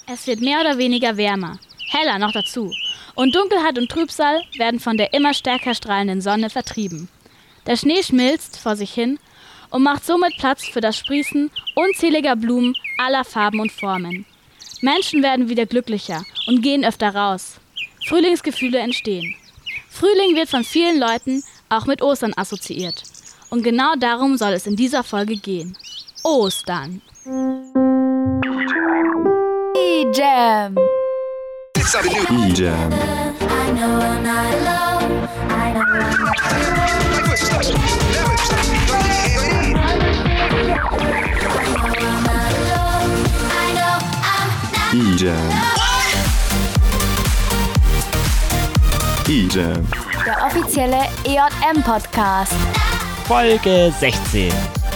Es wird mehr oder weniger wärmer, heller noch dazu. Und Dunkelheit und Trübsal werden von der immer stärker strahlenden Sonne vertrieben. Der Schnee schmilzt vor sich hin und macht somit Platz für das Sprießen unzähliger Blumen aller Farben und Formen. Menschen werden wieder glücklicher und gehen öfter raus. Frühlingsgefühle entstehen. Frühling wird von vielen Leuten auch mit Ostern assoziiert. Und genau darum soll es in dieser Folge gehen. Ostern. E-Jam. E-Jam. E-Jam. E-Jam. Der offizielle EJM-Podcast. Folge 16.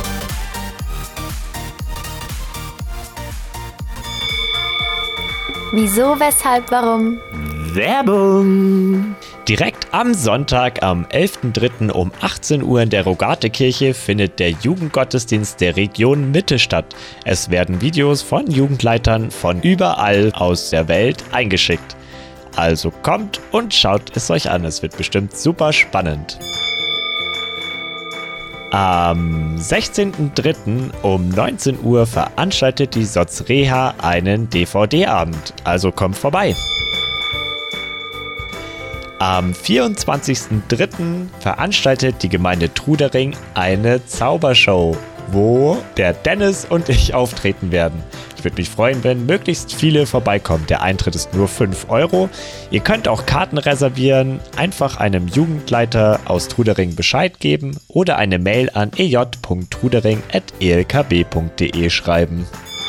Wieso, weshalb, warum? Werbung! Direkt am Sonntag, am 11.03. um 18 Uhr in der Rogatekirche findet der Jugendgottesdienst der Region Mitte statt. Es werden Videos von Jugendleitern von überall aus der Welt eingeschickt. Also kommt und schaut es euch an, es wird bestimmt super spannend. Am 16.03. um 19 Uhr veranstaltet die Soz-Reha einen DVD-Abend, also kommt vorbei. Am 24.03. veranstaltet die Gemeinde Trudering eine Zaubershow, wo der Dennis und ich auftreten werden. Ich würde mich freuen, wenn möglichst viele vorbeikommen. Der Eintritt ist nur 5 €. Ihr könnt auch Karten reservieren, einfach einem Jugendleiter aus Trudering Bescheid geben oder eine Mail an ej.trudering@elkb.de schreiben.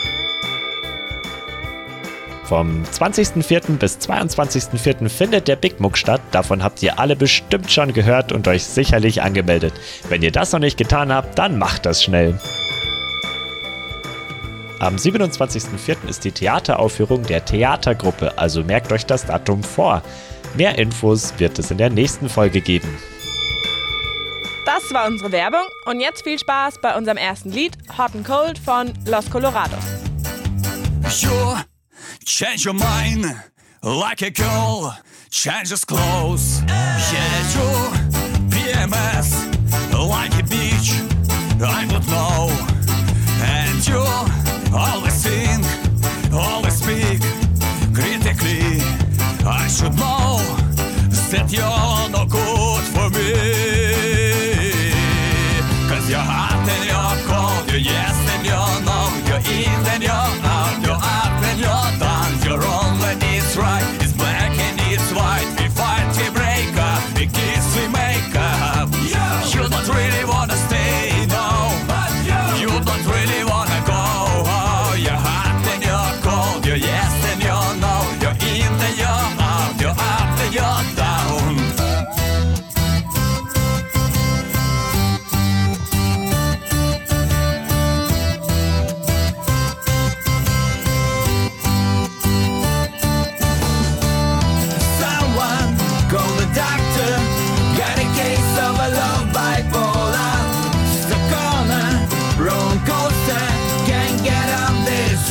Vom 20.04. bis 22.04. findet der Big Muck statt. Davon habt ihr alle bestimmt schon gehört und euch sicherlich angemeldet. Wenn ihr das noch nicht getan habt, dann macht das schnell. Am 27.04. ist die Theateraufführung der Theatergruppe, also merkt euch das Datum vor. Mehr Infos wird es in der nächsten Folge geben. Das war unsere Werbung und jetzt viel Spaß bei unserem ersten Lied Hot and Cold von Los Colorados. You change your mind like a girl changes clothes. Yeah, you PMS like a beach, I don't know. And you always think, always speak critically. I should know that you're no good for me. 'Cause you're hot and you're cold, you're yes and you're no, you're in and you're out, you're up and you're down, you're wrong when it's right, it's black and it's white. We fight, we break up, we kiss, we make up. You don't really wanna stay, no, you don't really wanna go. Oh, you're hot and you're cold, you're yes and you're no, you're in and you're out, you're up and you're down. Someone call the doctor, got a case of a love bipolar. Stuck on a roller coaster, can't get up this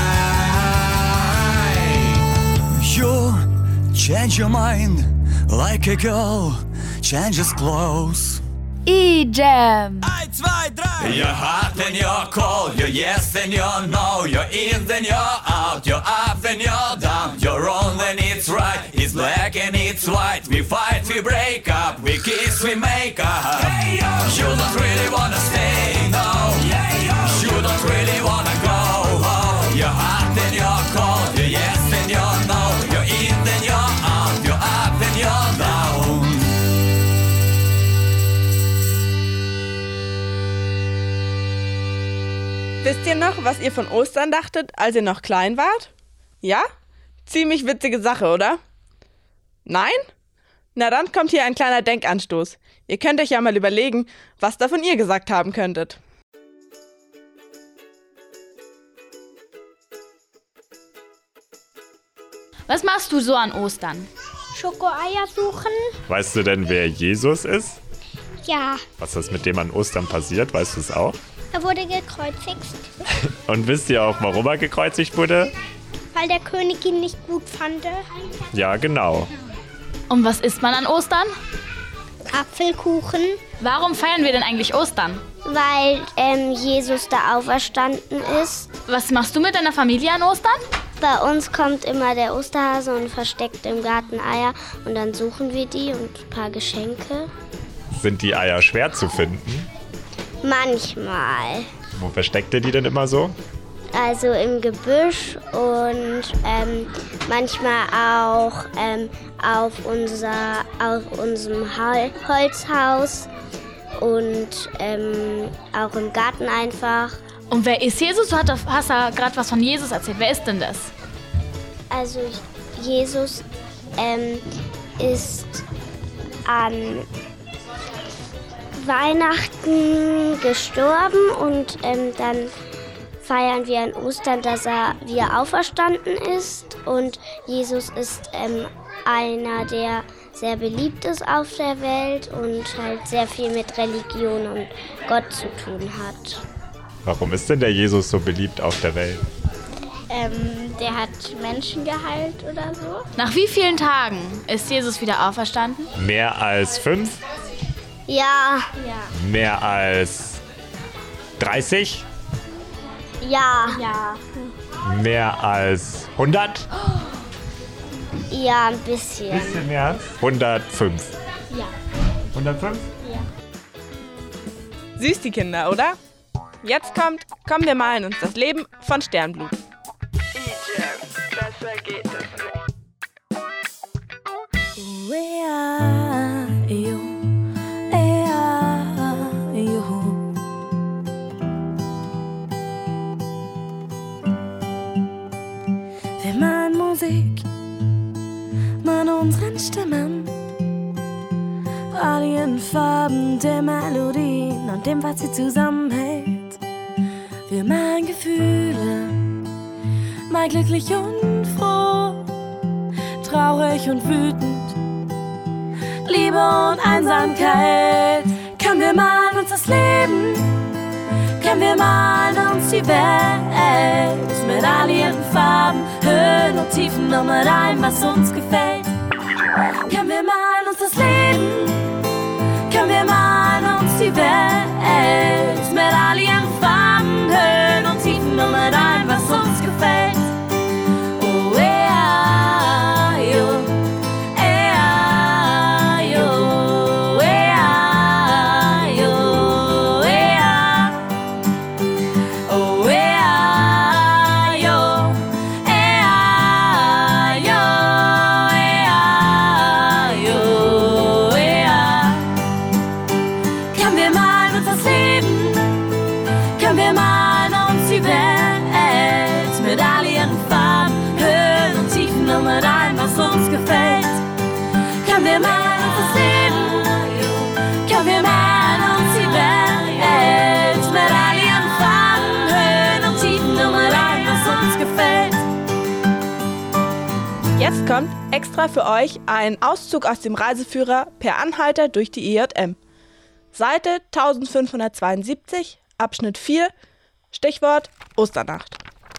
ride. You change your mind like a girl changes clothes. E-Jam. 1, 2, 3. You're hot and you're cold, you're yes and you're no, you're in then you're out, you're up then you're down, you're wrong when it's right, it's black and it's white. We fight, we break up, we kiss, we make up. Hey, you don't really wanna stay, no, you don't really wanna go. Oh, you're hot and you're cold, you're yes and you're no, you're in then you're out, you're up and you're down. Wisst ihr noch, was ihr von Ostern dachtet, als ihr noch klein wart? Ja? Ziemlich witzige Sache, oder? Nein? Na dann kommt hier ein kleiner Denkanstoß. Ihr könnt euch ja mal überlegen, was davon ihr gesagt haben könntet. Was machst du so an Ostern? Schokoeier suchen? Weißt du denn, wer Jesus ist? Ja, Was ist mit dem an Ostern passiert? Weißt du es auch? er wurde gekreuzigt, Und wisst ihr auch, warum er gekreuzigt wurde? weil weil der König ihn nicht gut fand. Ja, genau. Und was isst man an Ostern? Apfelkuchen, Warum feiern wir denn eigentlich Ostern? weil Jesus da auferstanden ist. Was machst du mit deiner Familie an Ostern? Bei uns kommt immer der Osterhase und versteckt im Garten Eier und dann suchen wir die und ein paar Geschenke. Sind die Eier schwer zu finden? Manchmal. Wo versteckt ihr die denn immer so? Also im Gebüsch und manchmal auch auf unserem Holzhaus und auch im Garten einfach. Und wer ist Jesus? Du hast ja gerade was von Jesus erzählt. Wer ist denn das? Also Jesus ist an Weihnachten gestorben und dann feiern wir an Ostern, dass er wieder auferstanden ist. Und Jesus ist einer, der sehr beliebt ist auf der Welt und halt sehr viel mit Religion und Gott zu tun hat. Warum ist denn der Jesus so beliebt auf der Welt? Der hat Menschen geheilt oder so. Nach wie vielen Tagen ist Jesus wieder auferstanden? Mehr als 5? Ja. Mehr als 30? Ja. Mehr als 100? Ja, ein bisschen. Bisschen mehr? 105. Ja. 105? Süß, die Kinder, oder? Jetzt kommen wir mal in uns das Leben von Sternblut. Besser geht es nicht. Wir machen Musik mit unseren Stimmen, all ihren Farben, der Melodien und dem, was sie zusammenhält. Wir machen Gefühle, mal glücklich und froh, traurig und wütend, Liebe und Einsamkeit. Können wir malen uns das Leben, können wir malen uns die Welt mit all ihren Farben, Höhen und Tiefen und mit allem, was uns gefällt. Können wir malen uns das Leben, können wir malen uns die Welt mit all ihren Farben, Höhen und Tiefen und mit allem, was uns gefällt. Oh yeah, yo, yeah, yo, yeah, yo, yeah, oh yeah, yo, yeah, yo, yeah. Können wir malen uns das Leben, können wir malen uns die Welt mit all ihren Farben, Höhen und Tiefen und mit allem, was uns gefällt. Können wir malen uns das Leben, können wir malen uns die Welt mit all ihren Farben, Höhen und Tiefen und mit allem, was uns gefällt. Jetzt kommt extra für euch ein Auszug aus dem Reiseführer Per Anhalter durch die EJM. Seite 1572, Abschnitt 4, Stichwort Osternacht.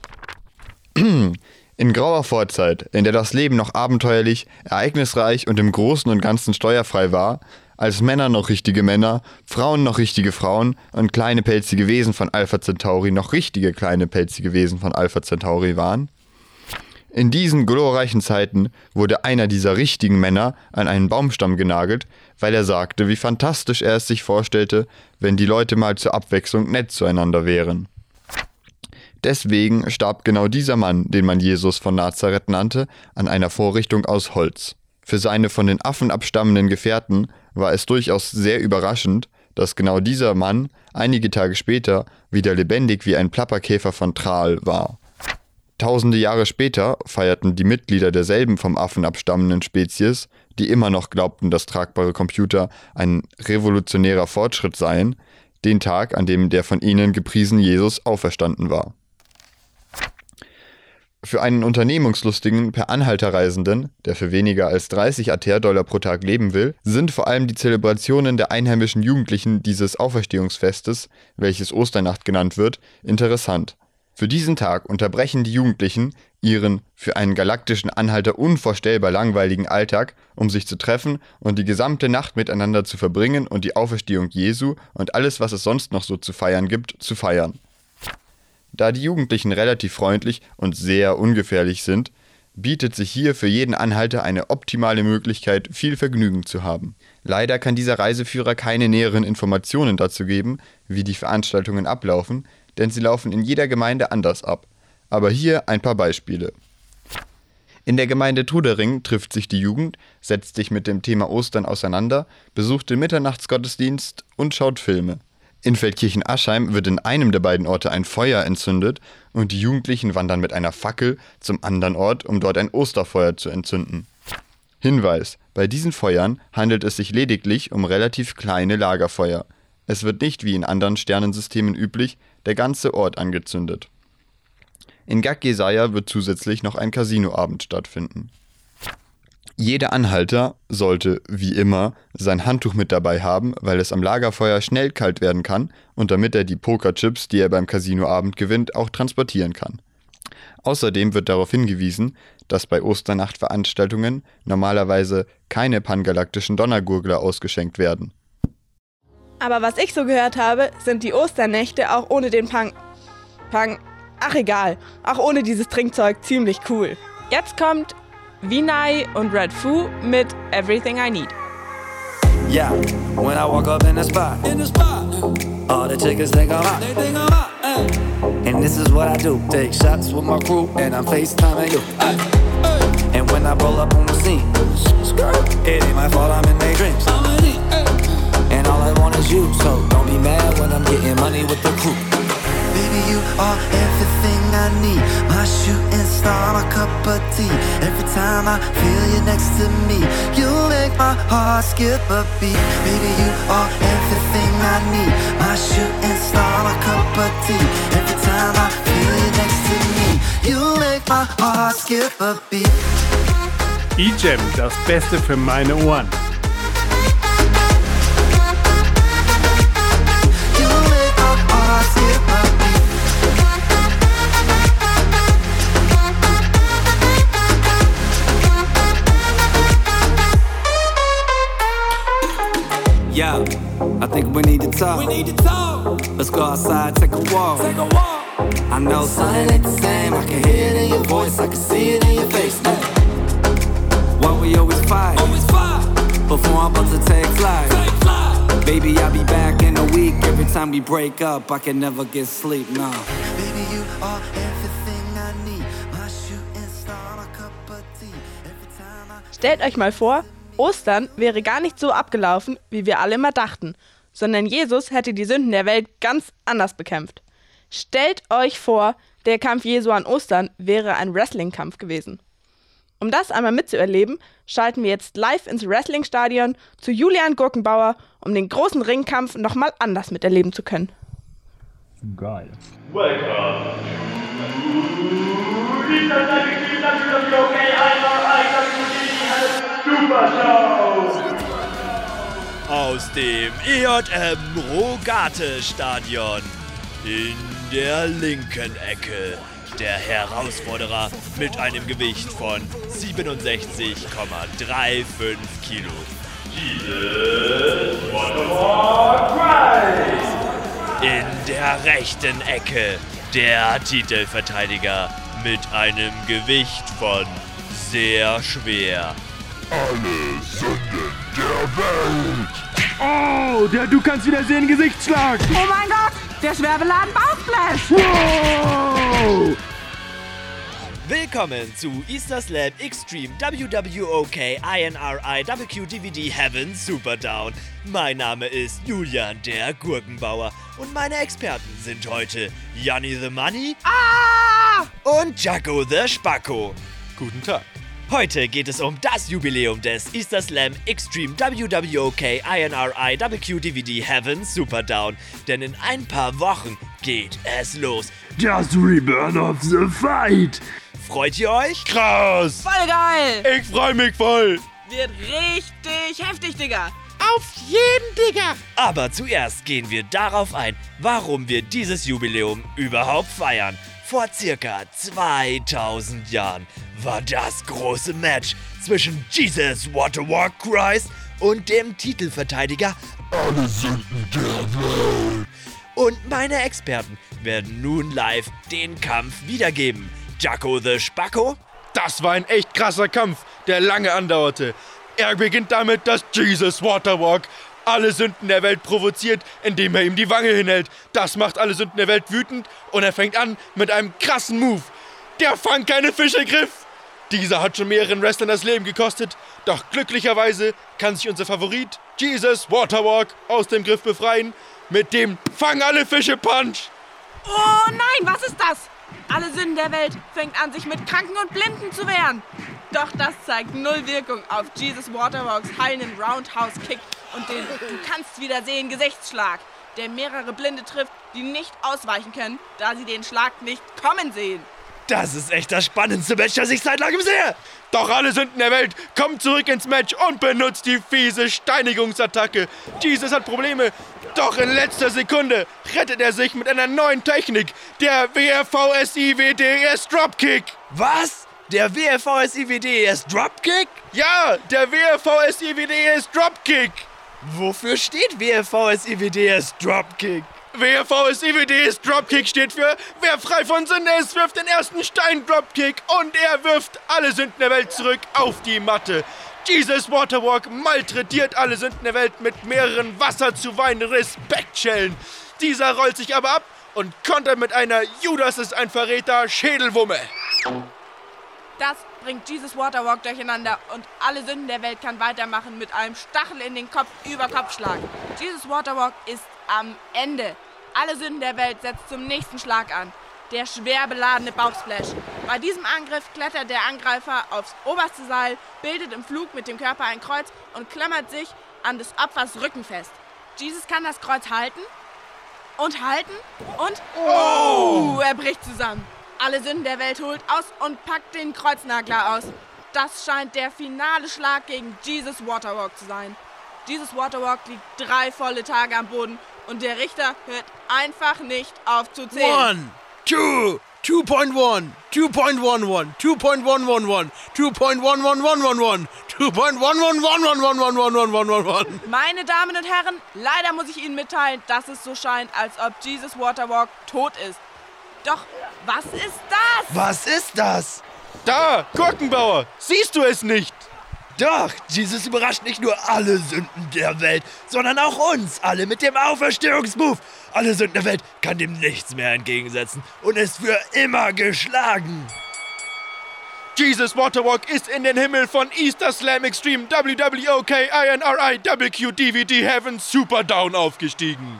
In grauer Vorzeit, in der das Leben noch abenteuerlich, ereignisreich und im Großen und Ganzen steuerfrei war, als Männer noch richtige Männer, Frauen noch richtige Frauen und kleine pelzige Wesen von Alpha Centauri noch richtige kleine pelzige Wesen von Alpha Centauri waren, in diesen glorreichen Zeiten wurde einer dieser richtigen Männer an einen Baumstamm genagelt, weil er sagte, wie fantastisch er es sich vorstellte, wenn die Leute mal zur Abwechslung nett zueinander wären. Deswegen starb genau dieser Mann, den man Jesus von Nazareth nannte, an einer Vorrichtung aus Holz. Für seine von den Affen abstammenden Gefährten war es durchaus sehr überraschend, dass genau dieser Mann einige Tage später wieder lebendig wie ein Plapperkäfer von Thral war. Tausende Jahre später feierten die Mitglieder derselben vom Affen abstammenden Spezies, die immer noch glaubten, dass tragbare Computer ein revolutionärer Fortschritt seien, den Tag, an dem der von ihnen gepriesene Jesus auferstanden war. Für einen unternehmungslustigen Per-Anhalter-Reisenden, der für weniger als 30 ATR-Dollar pro Tag leben will, sind vor allem die Zelebrationen der einheimischen Jugendlichen dieses Auferstehungsfestes, welches Osternacht genannt wird, interessant. Für diesen Tag unterbrechen die Jugendlichen ihren für einen galaktischen Anhalter unvorstellbar langweiligen Alltag, um sich zu treffen und die gesamte Nacht miteinander zu verbringen und die Auferstehung Jesu und alles, was es sonst noch so zu feiern gibt, zu feiern. Da die Jugendlichen relativ freundlich und sehr ungefährlich sind, bietet sich hier für jeden Anhalter eine optimale Möglichkeit, viel Vergnügen zu haben. Leider kann dieser Reiseführer keine näheren Informationen dazu geben, wie die Veranstaltungen ablaufen, denn sie laufen in jeder Gemeinde anders ab. Aber hier ein paar Beispiele. In der Gemeinde Trudering trifft sich die Jugend, setzt sich mit dem Thema Ostern auseinander, besucht den Mitternachtsgottesdienst und schaut Filme. In Feldkirchen-Aschheim wird in einem der beiden Orte ein Feuer entzündet und die Jugendlichen wandern mit einer Fackel zum anderen Ort, um dort ein Osterfeuer zu entzünden. Hinweis: Bei diesen Feuern handelt es sich lediglich um relativ kleine Lagerfeuer. Es wird nicht wie in anderen Sternensystemen üblich der ganze Ort angezündet. In Gag-Jesaja wird zusätzlich noch ein Casinoabend stattfinden. Jeder Anhalter sollte, wie immer, sein Handtuch mit dabei haben, weil es am Lagerfeuer schnell kalt werden kann und damit er die Pokerchips, die er beim Casinoabend gewinnt, auch transportieren kann. Außerdem wird darauf hingewiesen, dass bei Osternachtveranstaltungen normalerweise keine pangalaktischen Donnergurgler ausgeschenkt werden. Aber was ich so gehört habe, sind die Osternächte auch ohne den ach egal, auch ohne dieses Trinkzeug ziemlich cool. Jetzt kommt Vinay und Red Foo mit Everything I Need. Yeah, when I walk up in the spot, all the chickens think I'm hot, and this is what I do, take shots with my crew, and I'm FaceTiming you, and when I roll up on the scene, it ain't my fault I'm in their dreams, and all I want is you, so don't be mad when I'm getting money with the crew. Baby, you are everything I need. My shooting star, my cup of tea. Every time I feel you next to me, you make my heart skip a beat. Baby, you are everything I need. My shooting star, my cup of tea. Every time I feel you next to me, you make my heart skip a beat. E-Jam, das Beste für meine Ohren. You make my heart skip a beat. Yeah, I think we need to talk. Let's go outside, take a walk. I know something ain't the same. I can hear it in your voice, I can see it in your face. Why we always fight? Before I'm about to take flight. Baby, I'll be back in a week. Every time we break up, I can never get sleep, nah. Baby, you are everything I need. My shooting star, my cup of tea. Every time I... Stellt euch mal vor, Ostern wäre gar nicht so abgelaufen, wie wir alle immer dachten, sondern Jesus hätte die Sünden der Welt ganz anders bekämpft. Stellt euch vor, der Kampf Jesu an Ostern wäre ein Wrestling-Kampf gewesen. Um das einmal mitzuerleben, schalten wir jetzt live ins Wrestling-Stadion zu Julian Gurkenbauer, um den großen Ringkampf nochmal anders miterleben zu können. Geil. Welcome to the WWOK Super Show! Aus dem EJM Rogate Stadion in der linken Ecke der Herausforderer mit einem Gewicht von 67,35 Kilo. Jesus Wonderboy Christ! In der rechten Ecke der Titelverteidiger mit einem Gewicht von sehr schwer. Alle Sünden der Welt! Oh, der Du kannst wieder sehen Gesichtsschlag! Oh mein Gott, der Schwerbeladen Bauchflash! Wow! Willkommen zu Easter Slam Extreme WWOK INRI WQDVD Heaven Superdown. Mein Name ist Julian der Gurkenbauer und meine Experten sind heute Janni the Money und Jacko the Spacko. Guten Tag. Heute geht es um das Jubiläum des Easter Slam Extreme WWOK INRI WQDVD Heaven Superdown, denn in ein paar Wochen geht es los. Just Reburn of the Fight! Freut ihr euch? Krass! Voll geil! Ich freu mich voll! Wird richtig heftig, Digga! Auf jeden, Digga! Aber zuerst gehen wir darauf ein, warum wir dieses Jubiläum überhaupt feiern. Vor circa 2000 Jahren war das große Match zwischen Jesus Waterwalk Christ und dem Titelverteidiger Alle Sünden der Welt. Und meine Experten werden nun live den Kampf wiedergeben. Jacko the Spacko? Das war ein echt krasser Kampf, der lange andauerte. Er beginnt damit, dass Jesus Waterwalk alle Sünden der Welt provoziert, indem er ihm die Wange hinhält. Das macht alle Sünden der Welt wütend und er fängt an mit einem krassen Move. Der Fang keine Fische-Griff. Dieser hat schon mehreren Wrestlern das Leben gekostet, doch glücklicherweise kann sich unser Favorit Jesus Waterwalk aus dem Griff befreien mit dem Fang alle Fische-Punch. Oh nein, was ist das? Alle Sünden der Welt fängt an, sich mit Kranken und Blinden zu wehren. Doch das zeigt null Wirkung auf Jesus Waterwalks heilenden Roundhouse-Kick und den Du-kannst-wieder-sehen-Gesichtsschlag, der mehrere Blinde trifft, die nicht ausweichen können, da sie den Schlag nicht kommen sehen. Das ist echt das spannendste Match, das ich seit langem sehe. Doch alle Sünden der Welt kommen zurück ins Match und benutzt die fiese Steinigungsattacke. Jesus hat Probleme, doch in letzter Sekunde rettet er sich mit einer neuen Technik, der WRVSIWDS Dropkick. Was? Der WRVSIWDS Dropkick? Ja, der WRVSIWDS Dropkick. Wofür steht WRVSIWDS Dropkick? WRVSIWDS Dropkick steht für: Wer frei von Sünde ist, wirft den ersten Stein-Dropkick und er wirft alle Sünden der Welt zurück auf die Matte. Jesus Waterwalk malträtiert alle Sünden der Welt mit mehreren Wasser-zu-Wein-Respektschellen. Dieser rollt sich aber ab und kontert mit einer Judas ist ein Verräter Schädelwumme. Das bringt Jesus Waterwalk durcheinander und alle Sünden der Welt kann weitermachen mit einem Stachel in den Kopf-über-Kopf-Schlag. Jesus Waterwalk ist am Ende. Alle Sünden der Welt setzt zum nächsten Schlag an. Der schwer beladene Bauchsplash. Bei diesem Angriff klettert der Angreifer aufs oberste Seil, bildet im Flug mit dem Körper ein Kreuz und klammert sich an des Opfers Rücken fest. Jesus kann das Kreuz halten und er bricht zusammen. Alle Sünden der Welt holt aus und packt den Kreuznagler aus. Das scheint der finale Schlag gegen Jesus Waterwalk zu sein. Jesus Waterwalk liegt 3 volle Tage am Boden und der Richter hört einfach nicht auf zu zählen. 1, 2, 2.1, 2.11, 2.111, 2.11111, 2.111111111. Meine Damen und Herren, leider muss ich Ihnen mitteilen, dass es so scheint, als ob Jesus Waterwalk tot ist. Doch, was ist das? Was ist das? Da, Gurkenbauer, siehst du es nicht? Doch, Jesus überrascht nicht nur alle Sünden der Welt, sondern auch uns alle mit dem Auferstehungsmove. Alle Sünden der Welt kann dem nichts mehr entgegensetzen und ist für immer geschlagen. Jesus Waterwalk ist in den Himmel von Easter Slam Extreme WWOKINRI WQ Heaven Super Down aufgestiegen.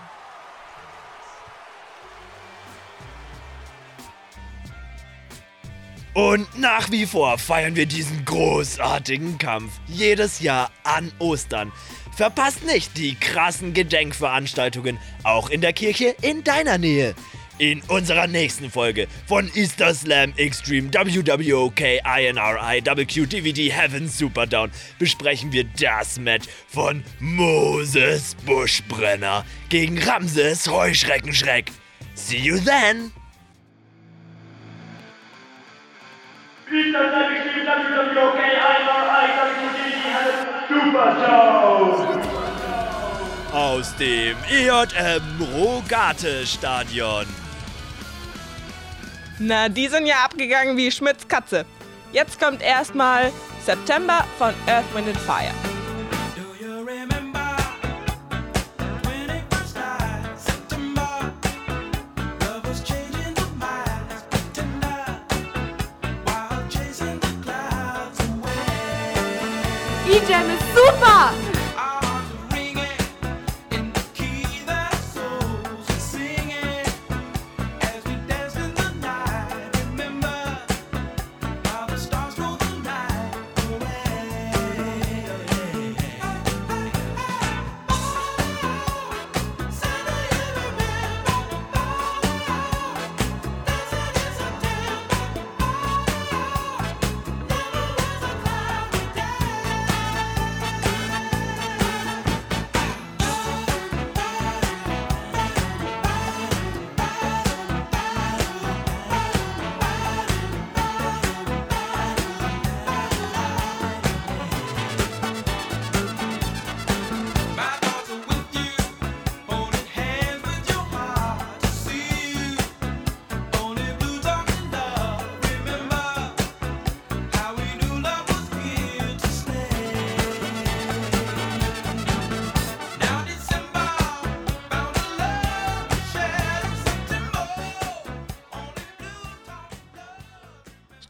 Und nach wie vor feiern wir diesen großartigen Kampf jedes Jahr an Ostern. Verpasst nicht die krassen Gedenkveranstaltungen, auch in der Kirche in deiner Nähe. In unserer nächsten Folge von Easter Slam Extreme WWOKINRI WQ Heaven Super Down besprechen wir das Match von Moses Buschbrenner gegen Ramses Heuschreckenschreck. See you then! Easter Slam Extreme WWOKINRI WQ Heaven Super Down! Aus dem EJM Rogate Stadion. Na, die sind ja abgegangen wie Schmidts Katze. Jetzt kommt erstmal September von Earth, Wind & Fire. E-Jam ist super!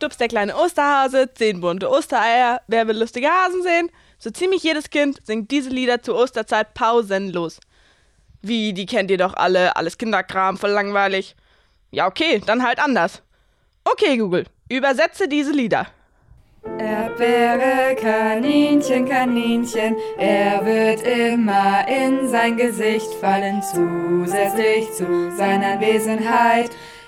Stups der kleine Osterhase, 10 bunte Ostereier, wer will lustige Hasen sehen? So ziemlich jedes Kind singt diese Lieder zur Osterzeit pausenlos. Wie, die kennt ihr doch alle, alles Kinderkram, voll langweilig. Ja, okay, dann halt anders. Okay, Google, übersetze diese Lieder. Erdbeere, Kaninchen, Kaninchen, er wird immer in sein Gesicht fallen, zusätzlich zu seiner Anwesenheit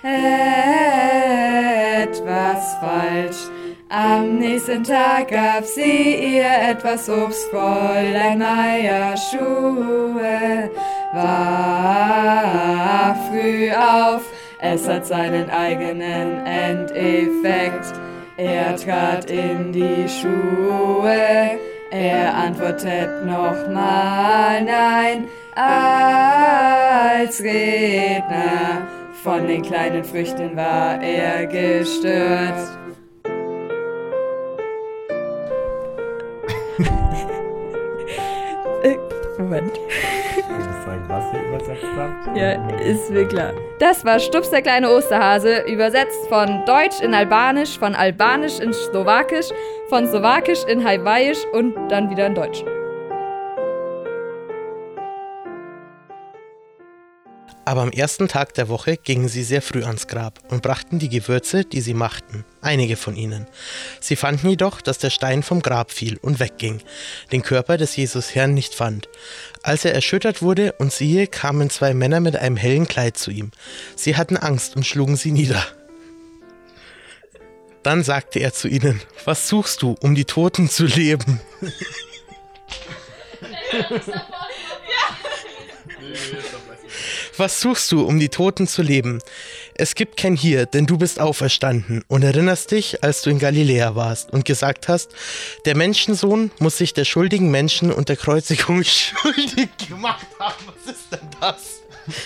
etwas falsch. Am nächsten Tag gab sie ihr etwas Obst, Fräulein Eierschuhe war früh auf, es hat seinen eigenen Endeffekt. Er trat in die Schuhe, er antwortet nochmal nein, als Redner von den kleinen Früchten war er gestört. Moment. Was ihr übersetzt habt? Ja, ist mir klar. Das war Stups der kleine Osterhase, übersetzt von Deutsch in Albanisch, von Albanisch in Slowakisch, von Slowakisch in Hawaiisch und dann wieder in Deutsch. Aber am ersten Tag der Woche gingen sie sehr früh ans Grab und brachten die Gewürze, die sie machten, einige von ihnen. Sie fanden jedoch, dass der Stein vom Grab fiel und wegging, den Körper des Jesus Herrn nicht fand. Als er erschüttert wurde, und siehe, kamen 2 Männer mit einem hellen Kleid zu ihm. Sie hatten Angst und schlugen sie nieder. Dann sagte er zu ihnen: Was suchst du, um die Toten zu leben? Was suchst du, um die Toten zu leben? Es gibt kein Hier, denn du bist auferstanden und erinnerst dich, als du in Galiläa warst und gesagt hast, der Menschensohn muss sich der schuldigen Menschen und der Kreuzigung schuldig gemacht haben. Was ist denn das?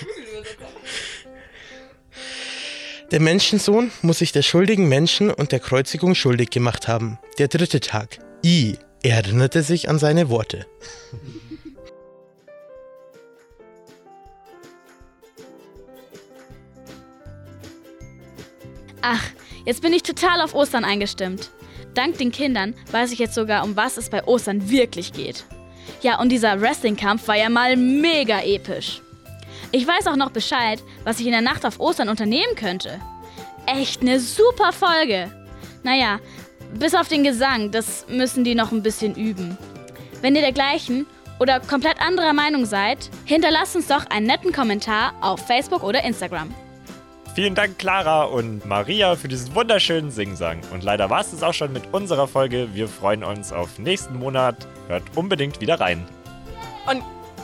Der Menschensohn muss sich der schuldigen Menschen und der Kreuzigung schuldig gemacht haben. Der 3. Tag. Er erinnerte sich an seine Worte. Ach, jetzt bin ich total auf Ostern eingestimmt. Dank den Kindern weiß ich jetzt sogar, um was es bei Ostern wirklich geht. Ja, und dieser Wrestling-Kampf war ja mal mega episch. Ich weiß auch noch Bescheid, was ich in der Nacht auf Ostern unternehmen könnte. Echt eine super Folge. Naja, bis auf den Gesang, das müssen die noch ein bisschen üben. Wenn ihr der gleichen oder komplett anderer Meinung seid, hinterlasst uns doch einen netten Kommentar auf Facebook oder Instagram. Vielen Dank, Clara und Maria, für diesen wunderschönen Singsang. Und leider war es das auch schon mit unserer Folge. Wir freuen uns auf nächsten Monat. Hört unbedingt wieder rein. Und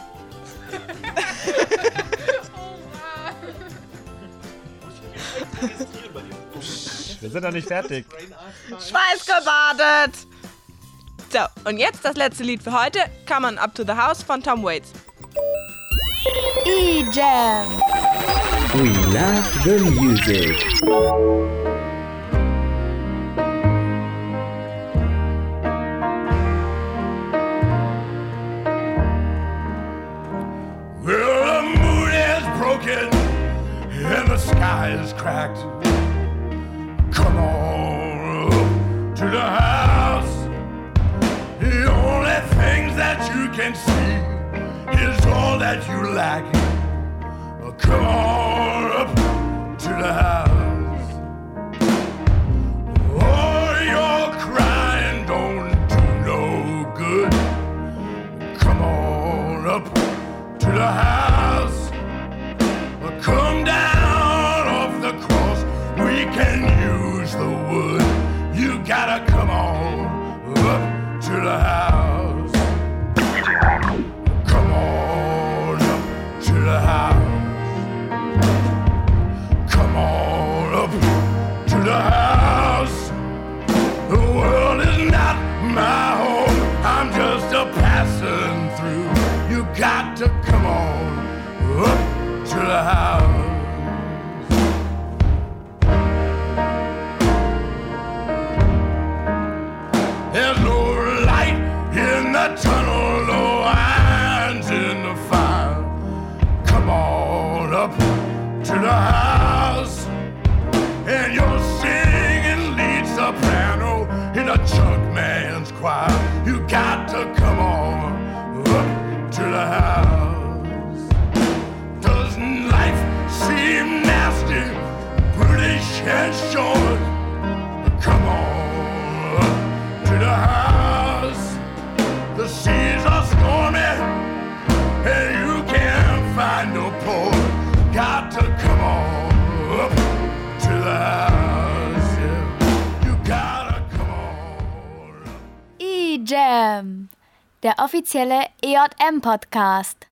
wir sind noch nicht fertig. Schweißgebadet! So, und jetzt das letzte Lied für heute, Come On Up to the House von Tom Waits. E-Jam. We love the music. Well, the moon is broken and the sky is cracked. Come on up to the house. The only things that you can see is all that you lack. Come on up to the house. Oh, your crying don't do no good. Come on up to the house. Come down off the cross. We can use the wood. You gotta come on up to the house. Come on up to the house. Come on up to the house. The world is not my home. I'm just a passing through. You got to come on up to the house. There's no light in the tunnel, no irons in the fire. Come on up to the house, and your singing leads the chunk man's choir. You got to come on up to the house. Doesn't life seem nasty, brutish and short? Come on up to the house. The seas are stormy and you can't find no port. Got to come on up to the house, yeah. You gotta come on up. E-Jam, der offizielle EJM-Podcast.